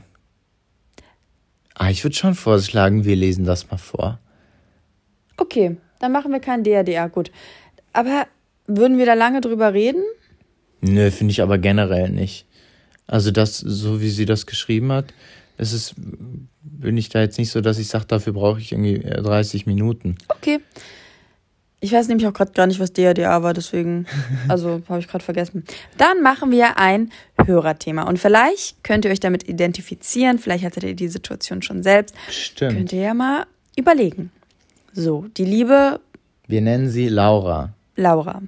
Ah, ich würde schon vorschlagen, wir lesen das mal vor. Okay, dann machen wir kein D A D A, gut. Aber würden wir da lange drüber reden? Nö, finde ich aber generell nicht. Also das, so wie sie das geschrieben hat, ist es, bin ich da jetzt nicht so, dass ich sage, dafür brauche ich irgendwie dreißig Minuten. Okay. Ich weiß nämlich auch gerade gar nicht, was D A D A war, deswegen, also habe ich gerade vergessen. Dann machen wir ein Hörerthema und vielleicht könnt ihr euch damit identifizieren, vielleicht hattet ihr die Situation schon selbst. Stimmt. Könnt ihr ja mal überlegen. So, die liebe... Wir nennen sie Laura. Laura.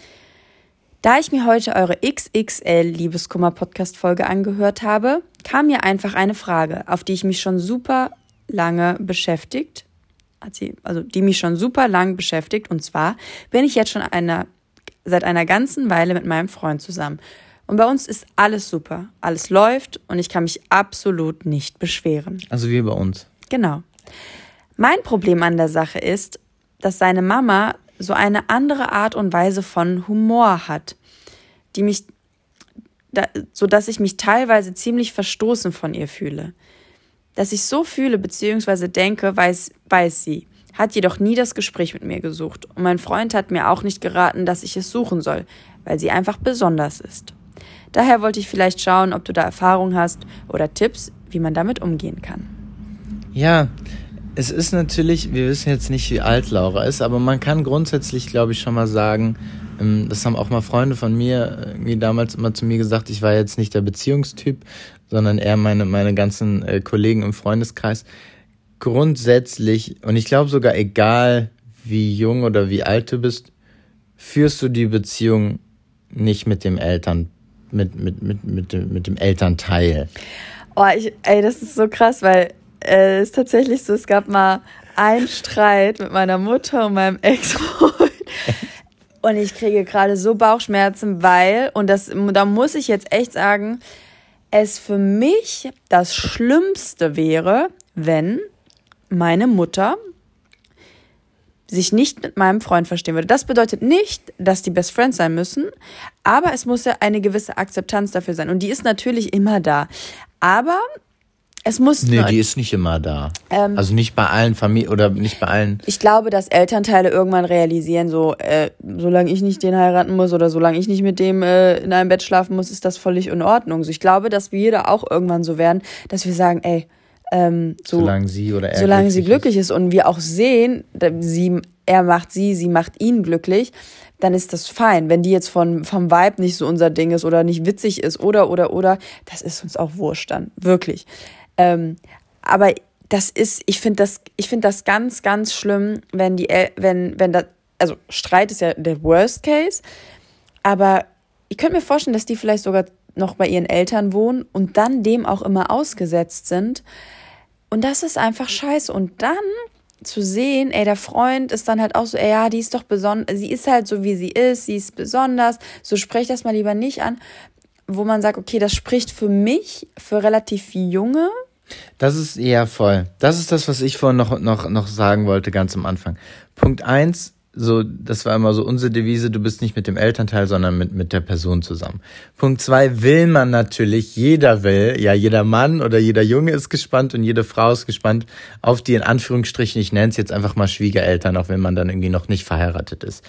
Da ich mir heute eure X X L-Liebeskummer-Podcast-Folge angehört habe, kam mir einfach eine Frage, auf die ich mich schon super lange beschäftigt, hat sie, also die mich schon super lang beschäftigt. Und zwar bin ich jetzt schon eine, seit einer ganzen Weile mit meinem Freund zusammen. Und bei uns ist alles super, alles läuft und ich kann mich absolut nicht beschweren. Also wie bei uns. Genau. Mein Problem an der Sache ist, dass seine Mama so eine andere Art und Weise von Humor hat, die mich, da, so dass ich mich teilweise ziemlich verstoßen von ihr fühle. Dass ich so fühle bzw. denke, weiß, weiß sie, hat jedoch nie das Gespräch mit mir gesucht. Und mein Freund hat mir auch nicht geraten, dass ich es suchen soll, weil sie einfach besonders ist. Daher wollte ich vielleicht schauen, ob du da Erfahrung hast oder Tipps, wie man damit umgehen kann. Ja, es ist natürlich, wir wissen jetzt nicht, wie alt Laura ist, aber man kann grundsätzlich, glaube ich, schon mal sagen, das haben auch mal Freunde von mir irgendwie damals immer zu mir gesagt, ich war jetzt nicht der Beziehungstyp, sondern eher meine, meine ganzen äh, Kollegen im Freundeskreis. Grundsätzlich, und ich glaube sogar egal, wie jung oder wie alt du bist, führst du die Beziehung nicht mit dem Eltern, mit, mit, mit, mit, dem, mit dem Elternteil. Oh, ich, ey, das ist so krass, weil es äh, ist tatsächlich so, es gab mal einen Streit mit meiner Mutter und meinem Ex-Freund. Und ich kriege gerade so Bauchschmerzen, weil, und das, da muss ich jetzt echt sagen, es für mich das Schlimmste wäre, wenn meine Mutter sich nicht mit meinem Freund verstehen würde. Das bedeutet nicht, dass die Best Friends sein müssen, aber es muss ja eine gewisse Akzeptanz dafür sein. Und die ist natürlich immer da. Aber es muss... Nee, die ist nicht immer da. Ähm, also nicht bei allen Familien oder nicht bei allen... Ich glaube, dass Elternteile irgendwann realisieren, so, äh, solange ich nicht den heiraten muss oder solange ich nicht mit dem äh, in einem Bett schlafen muss, ist das völlig in Ordnung. So, ich glaube, dass wir da auch irgendwann so werden, dass wir sagen, ey, ähm, so, solange sie oder er solange glücklich sie glücklich ist. ist und wir auch sehen, sie, er macht sie, sie macht ihn glücklich, dann ist das fein. Wenn die jetzt von, vom Vibe nicht so unser Ding ist oder nicht witzig ist oder, oder, oder, das ist uns auch wurscht dann. Wirklich. Ähm, aber das ist, ich finde das, ich finde das ganz, ganz schlimm, wenn die, wenn, wenn da, also Streit ist ja der Worst Case, aber ich könnte mir vorstellen, dass die vielleicht sogar noch bei ihren Eltern wohnen und dann dem auch immer ausgesetzt sind. Und das ist einfach scheiße. Und dann zu sehen, ey, der Freund ist dann halt auch so, ey, ja, die ist doch besonders, sie ist halt so, wie sie ist, sie ist besonders, so sprech das mal lieber nicht an, wo man sagt, okay, das spricht für mich, für relativ junge. Das ist eher voll. Das ist das, was ich vorhin noch, noch, noch sagen wollte, ganz am Anfang. Punkt eins, so, das war immer so unsere Devise, du bist nicht mit dem Elternteil, sondern mit, mit der Person zusammen. Punkt zwei, will man natürlich, jeder will, ja, jeder Mann oder jeder Junge ist gespannt und jede Frau ist gespannt auf die, in Anführungsstrichen, ich nenne es jetzt einfach mal Schwiegereltern, auch wenn man dann irgendwie noch nicht verheiratet ist.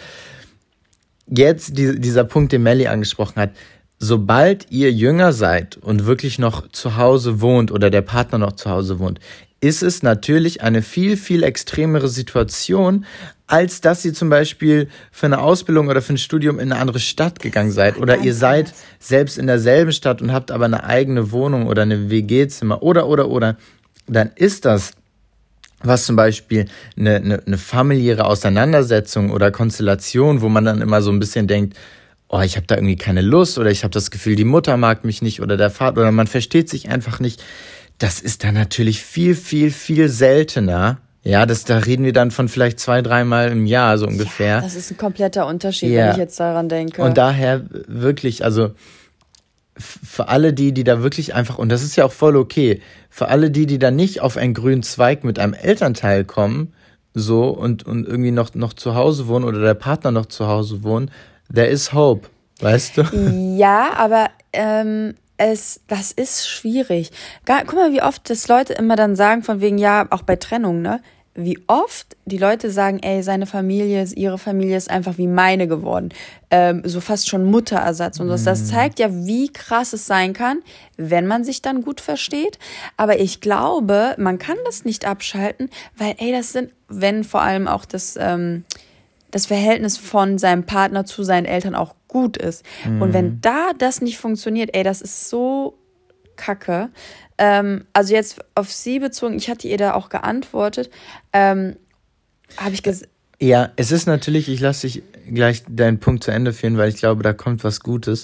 Jetzt, die, dieser Punkt, den Melli angesprochen hat, sobald ihr jünger seid und wirklich noch zu Hause wohnt oder der Partner noch zu Hause wohnt, ist es natürlich eine viel, viel extremere Situation, als dass ihr zum Beispiel für eine Ausbildung oder für ein Studium in eine andere Stadt gegangen seid. Oder ihr seid selbst in derselben Stadt und habt aber eine eigene Wohnung oder eine W G-Zimmer oder, oder, oder. Dann ist das, was zum Beispiel eine, eine, eine familiäre Auseinandersetzung oder Konstellation, wo man dann immer so ein bisschen denkt, oh, ich habe da irgendwie keine Lust oder ich habe das Gefühl, die Mutter mag mich nicht oder der Vater oder man versteht sich einfach nicht. Das ist dann natürlich viel, viel, viel seltener. Ja, das, da reden wir dann von vielleicht zwei, dreimal im Jahr so ungefähr. Ja, das ist ein kompletter Unterschied, ja. Wenn ich jetzt daran denke. Und daher wirklich, also für alle die, die da wirklich einfach, und das ist ja auch voll okay, für alle die, die da nicht auf einen grünen Zweig mit einem Elternteil kommen so und, und irgendwie noch, noch zu Hause wohnen oder der Partner noch zu Hause wohnen, there is hope, weißt du? Ja, aber ähm, es, das ist schwierig. Gar, guck mal, wie oft das Leute immer dann sagen, von wegen, ja, auch bei Trennung, ne? Wie oft die Leute sagen, ey, seine Familie, ihre Familie ist einfach wie meine geworden. Ähm, so fast schon Mutterersatz und so. Das zeigt ja, wie krass es sein kann, wenn man sich dann gut versteht. Aber ich glaube, man kann das nicht abschalten, weil, ey, das sind, wenn vor allem auch das, ähm, das Verhältnis von seinem Partner zu seinen Eltern auch gut ist. Mhm. Und wenn da das nicht funktioniert, ey, das ist so kacke. Ähm, also jetzt auf sie bezogen, ich hatte ihr da auch geantwortet, ähm, habe ich gesagt. Ja, es ist natürlich, ich lasse dich gleich deinen Punkt zu Ende führen, weil ich glaube, da kommt was Gutes.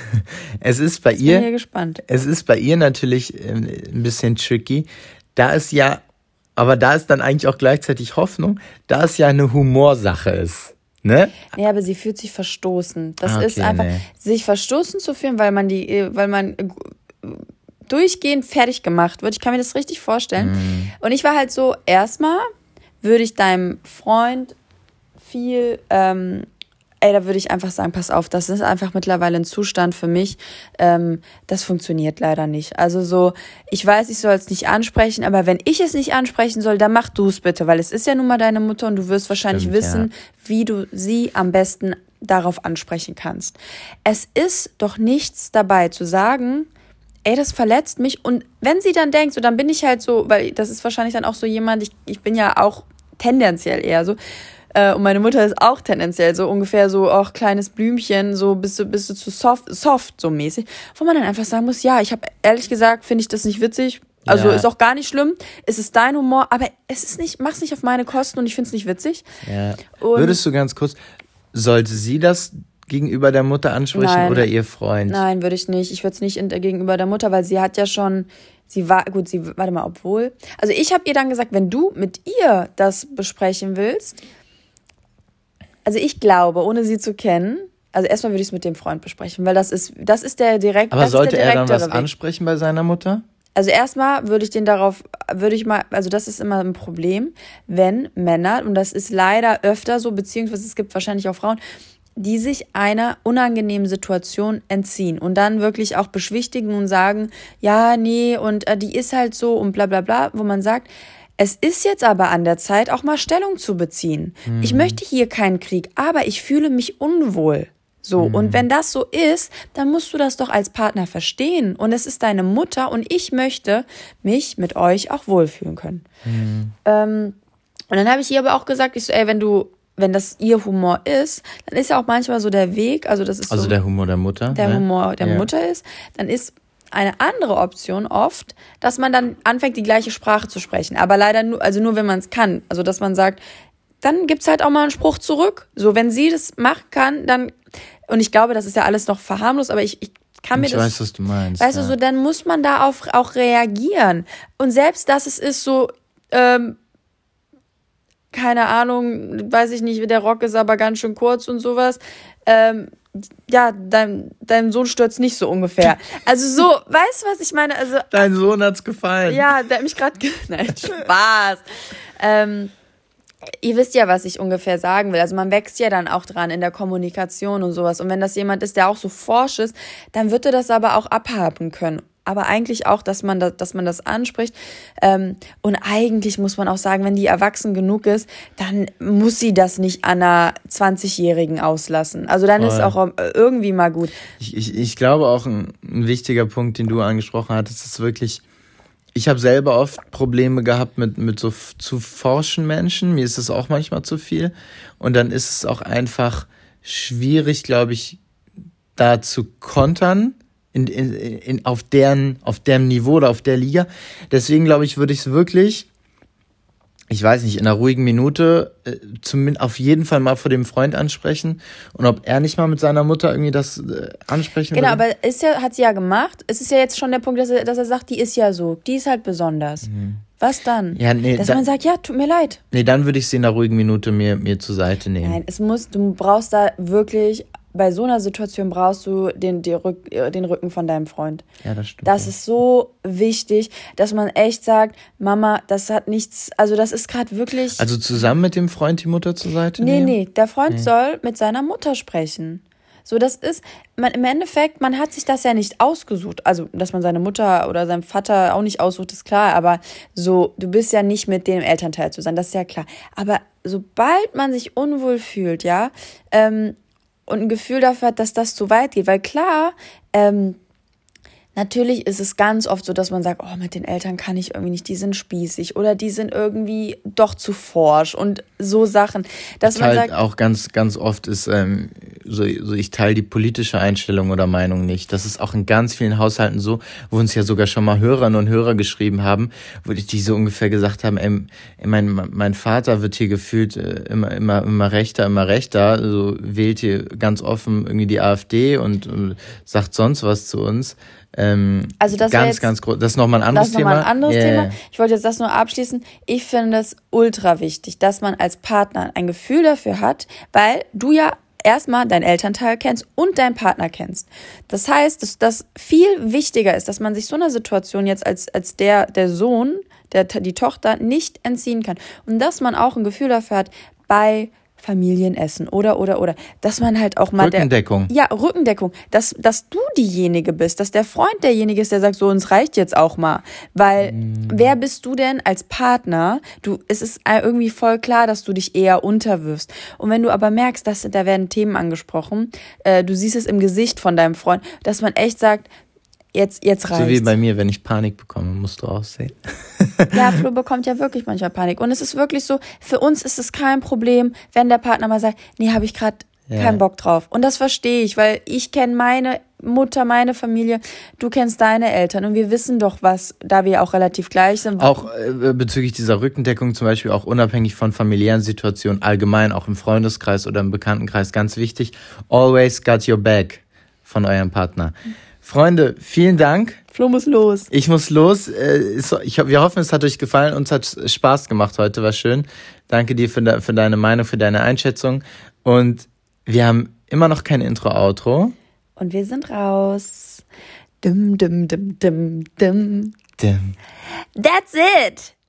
Es ist bei Jetzt ihr, bin ich gespannt. Es ist bei ihr natürlich ein bisschen tricky. Da ist ja, aber da ist dann eigentlich auch gleichzeitig Hoffnung, da es ja eine Humorsache ist. Ne? Nee, aber sie fühlt sich verstoßen. Das okay, ist einfach, nee. sich verstoßen zu fühlen, weil man die, weil man durchgehend fertig gemacht wird. Ich kann mir das richtig vorstellen. Mm. Und ich war halt so, erstmal würde ich deinem Freund viel, ähm, ey, da würde ich einfach sagen, pass auf, das ist einfach mittlerweile ein Zustand für mich, ähm, das funktioniert leider nicht. Also so, ich weiß, ich soll es nicht ansprechen, aber wenn ich es nicht ansprechen soll, dann mach du es bitte, weil es ist ja nun mal deine Mutter und du wirst wahrscheinlich Stimmt, wissen, ja. wie du sie am besten darauf ansprechen kannst. Es ist doch nichts dabei zu sagen, ey, das verletzt mich. Und wenn sie dann denkt, so, dann bin ich halt so, weil das ist wahrscheinlich dann auch so jemand, ich, ich bin ja auch tendenziell eher so, äh, und meine Mutter ist auch tendenziell so ungefähr so, auch kleines Blümchen, so bist du, bist du zu soft, soft so mäßig, wo man dann einfach sagen muss, ja, ich habe ehrlich gesagt, finde ich das nicht witzig, also ja. ist auch gar nicht schlimm, es ist dein Humor, aber es ist nicht, mach's nicht auf meine Kosten und ich finde es nicht witzig. Ja. Würdest du ganz kurz, sollte sie das gegenüber der Mutter ansprechen Nein. oder ihr Freund? Nein, würde ich nicht. Ich würde es nicht in, gegenüber der Mutter, weil sie hat ja schon, sie war, gut, sie, warte mal, obwohl, also ich habe ihr dann gesagt, wenn du mit ihr das besprechen willst, also ich glaube, ohne sie zu kennen, also erstmal würde ich es mit dem Freund besprechen, weil das ist, das ist der direkt. Aber das sollte ist der er dann was Weg. ansprechen bei seiner Mutter? Also erstmal würde ich den darauf, würde ich mal, also das ist immer ein Problem, wenn Männer, und das ist leider öfter so, beziehungsweise es gibt wahrscheinlich auch Frauen, die sich einer unangenehmen Situation entziehen und dann wirklich auch beschwichtigen und sagen, ja, nee, und äh, die ist halt so und bla bla bla, wo man sagt, es ist jetzt aber an der Zeit, auch mal Stellung zu beziehen. Mhm. Ich möchte hier keinen Krieg, aber ich fühle mich unwohl. So, mhm. und wenn das so ist, dann musst du das doch als Partner verstehen. Und es ist deine Mutter und ich möchte mich mit euch auch wohlfühlen können. Mhm. Ähm, und dann habe ich ihr aber auch gesagt, ich so, ey, wenn du wenn das ihr Humor ist, dann ist ja auch manchmal so der Weg, also das ist also so, der Humor der Mutter, der ne? Humor der ja. Mutter ist, dann ist eine andere Option oft, dass man dann anfängt, die gleiche Sprache zu sprechen, aber leider nur, also nur wenn man es kann, also dass man sagt, dann gibt's halt auch mal einen Spruch zurück, so wenn sie das machen kann, dann, und ich glaube, das ist ja alles noch verharmlos, aber ich, ich kann mir ich das, weiß, was du meinst, weißt ja. du, so dann muss man da auf, auch reagieren und selbst das es ist so, ähm, keine Ahnung, weiß ich nicht, der Rock ist aber ganz schön kurz und sowas. Ähm, ja, dein, dein Sohn stürzt nicht so ungefähr. Also so, weißt du, was ich meine? Also dein Sohn hat's gefallen. Ja, der hat mich gerade... Ge- Nein, Spaß. ähm, ihr wisst ja, was ich ungefähr sagen will. Also man wächst ja dann auch dran in der Kommunikation und sowas. Und wenn das jemand ist, der auch so forsch ist, dann wird er das aber auch abhaben können. Aber eigentlich auch, dass man das, dass man das anspricht. Ähm, und eigentlich muss man auch sagen, wenn die erwachsen genug ist, dann muss sie das nicht an einer zwanzigjährigen auslassen. Also dann Voll. Ist auch irgendwie mal gut. Ich, ich, ich glaube auch ein, ein wichtiger Punkt, den du angesprochen hattest, ist wirklich, ich habe selber oft Probleme gehabt mit, mit so f- zu forschen Menschen. Mir ist es auch manchmal zu viel. Und dann ist es auch einfach schwierig, glaube ich, da zu kontern. In, in, in, auf deren, auf deren Niveau oder auf der Liga. Deswegen glaube ich, würde ich es wirklich, ich weiß nicht, in einer ruhigen Minute äh, zumindest auf jeden Fall mal vor dem Freund ansprechen und ob er nicht mal mit seiner Mutter irgendwie das äh, ansprechen Genau, will. aber ist ja, hat sie ja gemacht. Es ist ja jetzt schon der Punkt, dass er, dass er sagt, die ist ja so, die ist halt besonders. Mhm. Was dann? Ja, nee, dass da, man sagt, ja, tut mir leid. Nee, dann würde ich sie in einer ruhigen Minute mir, mir zur Seite nehmen. Nein, es muss, du brauchst da wirklich bei so einer Situation brauchst du den, den, Rück, den Rücken von deinem Freund. Ja, das stimmt. Das ist so wichtig, dass man echt sagt, Mama, das hat nichts, also das ist gerade wirklich... Also zusammen mit dem Freund die Mutter zur Seite Nee, nehmen? nee, der Freund nee. soll mit seiner Mutter sprechen. So, das ist, man, im Endeffekt, man hat sich das ja nicht ausgesucht. Also, dass man seine Mutter oder seinen Vater auch nicht aussucht, ist klar. Aber so, du bist ja nicht mit dem Elternteil zusammen, das ist ja klar. Aber sobald man sich unwohl fühlt, ja, ähm, und ein Gefühl dafür hat, dass das zu weit geht, weil klar, ähm, natürlich ist es ganz oft so, dass man sagt, oh, mit den Eltern kann ich irgendwie nicht, die sind spießig oder die sind irgendwie doch zu forsch und so Sachen. Dass ich man halt sagt, auch ganz, ganz oft ist, ähm, so, so ich teile die politische Einstellung oder Meinung nicht. Das ist auch in ganz vielen Haushalten so, wo uns ja sogar schon mal Hörerinnen und Hörer geschrieben haben, wo die so ungefähr gesagt haben, ey, mein, mein Vater wird hier gefühlt äh, immer, immer, immer rechter, immer rechter, also wählt hier ganz offen irgendwie die AfD und, und sagt sonst was zu uns. Ähm, also das ganz, jetzt, ganz groß. Das ist nochmal ein anderes Thema. Das ist nochmal ein anderes yeah. Thema. Ich wollte jetzt das nur abschließen. Ich finde es ultra wichtig, dass man als Partner ein Gefühl dafür hat, weil du ja erstmal deinen Elternteil kennst und deinen Partner kennst. Das heißt, dass das viel wichtiger ist, dass man sich so einer Situation jetzt als, als der, der Sohn, der, die Tochter nicht entziehen kann. Und dass man auch ein Gefühl dafür hat, bei Familienessen oder, oder, oder, dass man halt auch mal... Rückendeckung. Der, ja, Rückendeckung. Dass, dass du diejenige bist, dass der Freund derjenige ist, der sagt, so, uns reicht jetzt auch mal. Weil, mm. wer bist du denn als Partner? Du, es ist irgendwie voll klar, dass du dich eher unterwirfst. Und wenn du aber merkst, dass da werden Themen angesprochen, äh, du siehst es im Gesicht von deinem Freund, dass man echt sagt, Jetzt, jetzt reicht's. So wie bei mir, wenn ich Panik bekomme, musst du auch sehen. Ja, Flo bekommt ja wirklich manchmal Panik. Und es ist wirklich so, für uns ist es kein Problem, wenn der Partner mal sagt, nee, habe ich gerade ja. keinen Bock drauf. Und das verstehe ich, weil ich kenne meine Mutter, meine Familie, du kennst deine Eltern und wir wissen doch was, da wir auch relativ gleich sind. Auch äh, bezüglich dieser Rückendeckung zum Beispiel, auch unabhängig von familiären Situationen, allgemein, auch im Freundeskreis oder im Bekanntenkreis, ganz wichtig, always got your back von eurem Partner. Mhm. Freunde, vielen Dank. Flo muss los. Ich muss los. Ich, wir hoffen, es hat euch gefallen. Uns hat Spaß gemacht heute, war schön. Danke dir für, de, für deine Meinung, für deine Einschätzung. Und wir haben immer noch kein Intro-Outro. Und wir sind raus. Dim, dim, dim, dim, dim. Dim. That's it.